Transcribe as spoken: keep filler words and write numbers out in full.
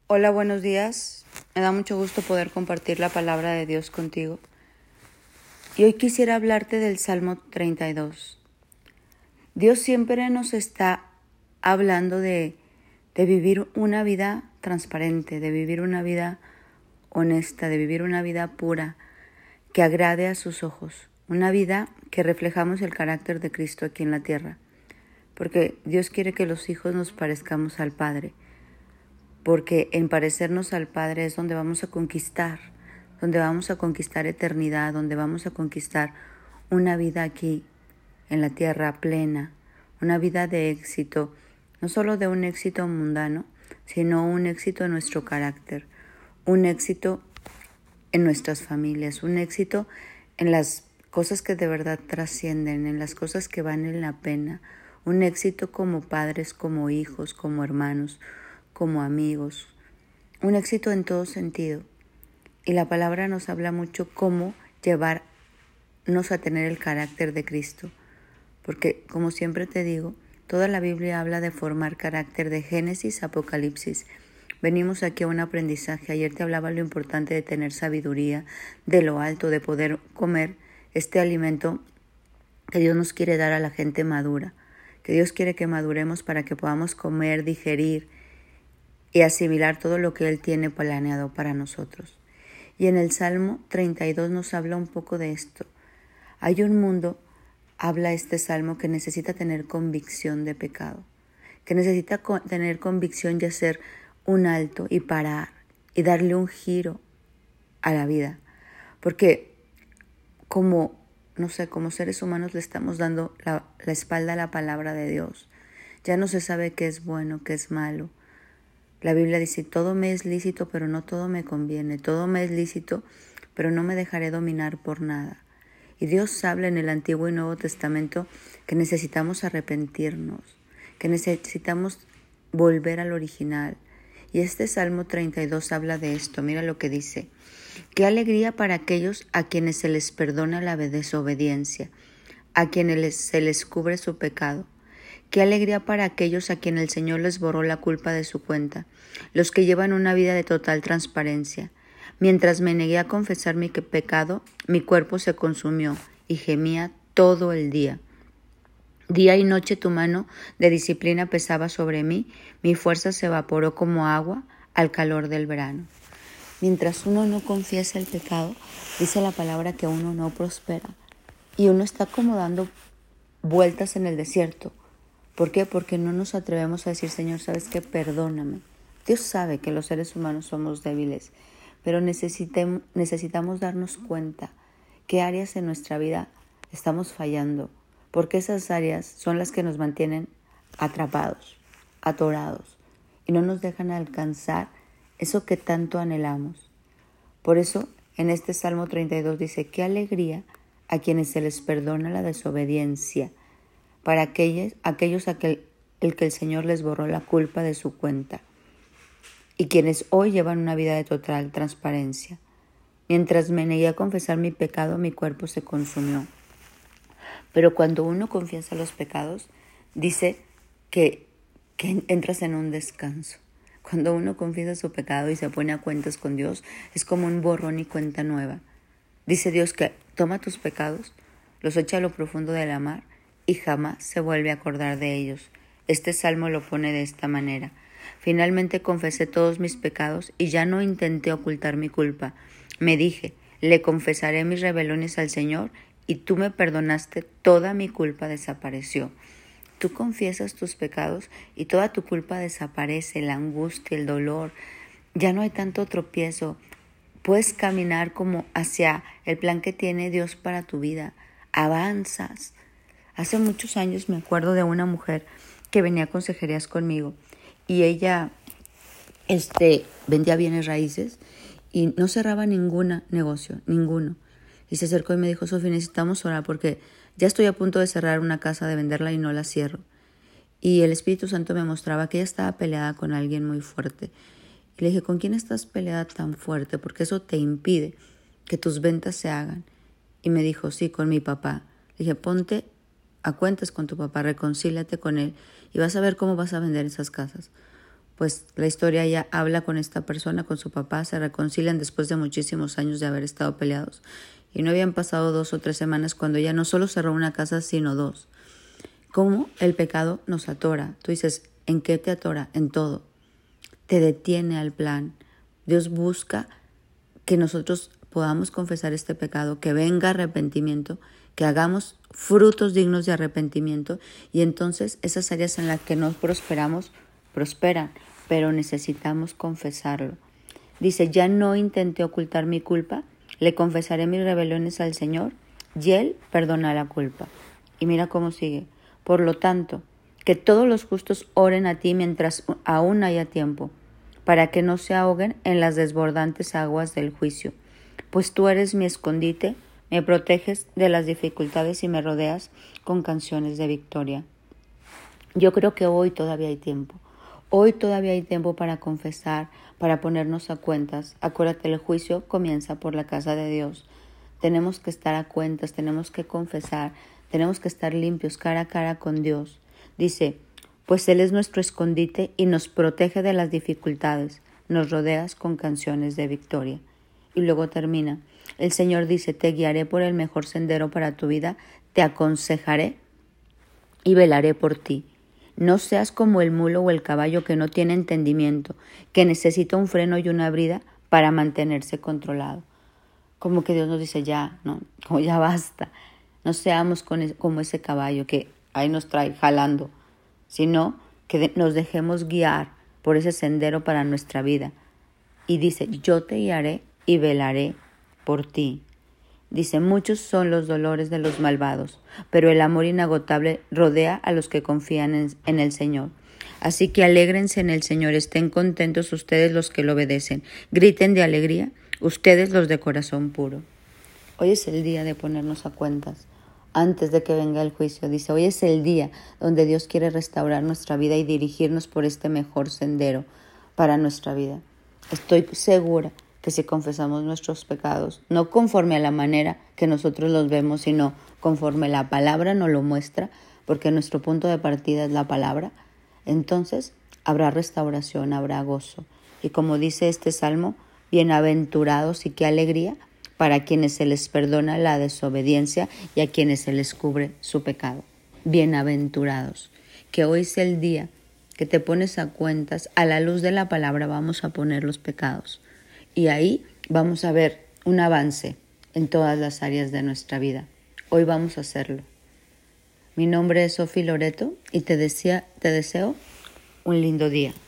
Hola, buenos días. Me da mucho gusto poder compartir la palabra de Dios contigo. Y hoy quisiera hablarte del Salmo treinta y dos. Dios siempre nos está hablando de, de vivir una vida transparente, de vivir una vida honesta, de vivir una vida pura, que agrade a sus ojos, una vida que reflejamos el carácter de Cristo aquí en la tierra. Porque Dios quiere que los hijos nos parezcamos al Padre. Porque en parecernos al Padre es donde vamos a conquistar, donde vamos a conquistar eternidad, donde vamos a conquistar una vida aquí en la tierra plena, una vida de éxito, no solo de un éxito mundano, sino un éxito en nuestro carácter, un éxito en nuestras familias, un éxito en las cosas que de verdad trascienden, en las cosas que valen la pena, un éxito como padres, como hijos, como hermanos, como amigos, un éxito en todo sentido. Y la palabra nos habla mucho cómo llevarnos a tener el carácter de Cristo, porque como siempre te digo, toda la Biblia habla de formar carácter de Génesis a Apocalipsis. Venimos aquí a un aprendizaje. Ayer te hablaba lo importante de tener sabiduría, de lo alto, de poder comer este alimento que Dios nos quiere dar a la gente madura, que Dios quiere que maduremos para que podamos comer, digerir y asimilar todo lo que Él tiene planeado para nosotros. Y en el Salmo treinta y dos nos habla un poco de esto. Hay un mundo, habla este Salmo, que necesita tener convicción de pecado, que necesita tener convicción y hacer un alto y parar y darle un giro a la vida. Porque como, no sé, como seres humanos le estamos dando la, la espalda a la palabra de Dios. Ya no se sabe qué es bueno, qué es malo. La Biblia dice, todo me es lícito, pero no todo me conviene. Todo me es lícito, pero no me dejaré dominar por nada. Y Dios habla en el Antiguo y Nuevo Testamento que necesitamos arrepentirnos, que necesitamos volver al original. Y este Salmo treinta y dos habla de esto. Mira lo que dice. Qué alegría para aquellos a quienes se les perdona la desobediencia, a quienes se les cubre su pecado. Qué alegría para aquellos a quienes el Señor les borró la culpa de su cuenta, los que llevan una vida de total transparencia. Mientras me negué a confesar mi pecado, mi cuerpo se consumió y gemía todo el día. Día y noche tu mano de disciplina pesaba sobre mí, mi fuerza se evaporó como agua al calor del verano. Mientras uno no confiesa el pecado, dice la palabra que uno no prospera y uno está como dando vueltas en el desierto. ¿Por qué? Porque no nos atrevemos a decir, Señor, ¿sabes qué? Perdóname. Dios sabe que los seres humanos somos débiles, pero necesitamos darnos cuenta qué áreas en nuestra vida estamos fallando, porque esas áreas son las que nos mantienen atrapados, atorados, y no nos dejan alcanzar eso que tanto anhelamos. Por eso, en este Salmo treinta y dos dice, qué alegría a quienes se les perdona la desobediencia, para aquellos, aquellos a que el que el Señor les borró la culpa de su cuenta, y quienes hoy llevan una vida de total transparencia. Mientras me negué a confesar mi pecado, mi cuerpo se consumió. Pero cuando uno confiesa los pecados, dice que, que entras en un descanso. Cuando uno confiesa su pecado y se pone a cuentas con Dios, es como un borrón y cuenta nueva. Dice Dios que toma tus pecados, los echa a lo profundo de la mar y jamás se vuelve a acordar de ellos. Este salmo lo pone de esta manera. Finalmente confesé todos mis pecados y ya no intenté ocultar mi culpa. Me dije, le confesaré mis rebeliones al Señor y tú me perdonaste, toda mi culpa desapareció. Tú confiesas tus pecados y toda tu culpa desaparece, la angustia, el dolor. Ya no hay tanto tropiezo. Puedes caminar como hacia el plan que tiene Dios para tu vida. Avanzas. Hace muchos años me acuerdo de una mujer que venía a consejerías conmigo y ella este, vendía bienes raíces y no cerraba ningún negocio, ninguno. Y se acercó y me dijo, Sofía, necesitamos orar porque ya estoy a punto de cerrar una casa, de venderla y no la cierro. Y el Espíritu Santo me mostraba que ella estaba peleada con alguien muy fuerte. Y le dije, ¿con quién estás peleada tan fuerte? Porque eso te impide que tus ventas se hagan. Y me dijo, sí, con mi papá. Le dije, ponte a cuentas con tu papá, reconcíliate con él y vas a ver cómo vas a vender esas casas. pues la historia ya habla con esta persona, con su papá, se reconcilian después de muchísimos años de haber estado peleados. Y no habían pasado dos o tres semanas cuando ella no solo cerró una casa, sino dos. ¿Cómo el pecado nos atora? Tú dices, ¿en qué te atora? En todo. Te detiene al plan. Dios busca que nosotros podamos confesar este pecado, que venga arrepentimiento, que hagamos frutos dignos de arrepentimiento y entonces esas áreas en las que no prosperamos, prosperan, pero necesitamos confesarlo. Dice, ya no intenté ocultar mi culpa, le confesaré mis rebeliones al Señor y Él perdona la culpa. Y mira cómo sigue. Por lo tanto, que todos los justos oren a ti mientras aún haya tiempo, para que no se ahoguen en las desbordantes aguas del juicio. Pues tú eres mi escondite, me proteges de las dificultades y me rodeas con canciones de victoria. Yo creo que hoy todavía hay tiempo. Hoy todavía hay tiempo para confesar, para ponernos a cuentas. Acuérdate, el juicio comienza por la casa de Dios. Tenemos que estar a cuentas, tenemos que confesar, tenemos que estar limpios cara a cara con Dios. Dice, pues Él es nuestro escondite y nos protege de las dificultades, nos rodeas con canciones de victoria. Y luego termina, el Señor dice, te guiaré por el mejor sendero para tu vida, te aconsejaré y velaré por ti. No seas como el mulo o el caballo que no tiene entendimiento, que necesita un freno y una brida para mantenerse controlado. Como que Dios nos dice, ya, no, como ya basta. No seamos como ese caballo que ahí nos trae jalando, sino que nos dejemos guiar por ese sendero para nuestra vida. Y dice, yo te guiaré y velaré por ti. Dice, muchos son los dolores de los malvados, pero el amor inagotable rodea a los que confían en, en el Señor. Así que alégrense en el Señor, estén contentos ustedes los que lo obedecen, griten de alegría, ustedes los de corazón puro. Hoy es el día de ponernos a cuentas, antes de que venga el juicio. Dice, hoy es el día donde Dios quiere restaurar nuestra vida y dirigirnos por este mejor sendero para nuestra vida. Estoy segura que si confesamos nuestros pecados, no conforme a la manera que nosotros los vemos, sino conforme la palabra nos lo muestra, porque nuestro punto de partida es la palabra, entonces habrá restauración, habrá gozo. Y como dice este salmo, bienaventurados y qué alegría para quienes se les perdona la desobediencia y a quienes se les cubre su pecado. Bienaventurados. Que hoy sea el día que te pones a cuentas, a la luz de la palabra vamos a poner los pecados. Y ahí vamos a ver un avance en todas las áreas de nuestra vida. Hoy vamos a hacerlo. Mi nombre es Sofi Loreto y te, decía, te deseo un lindo día.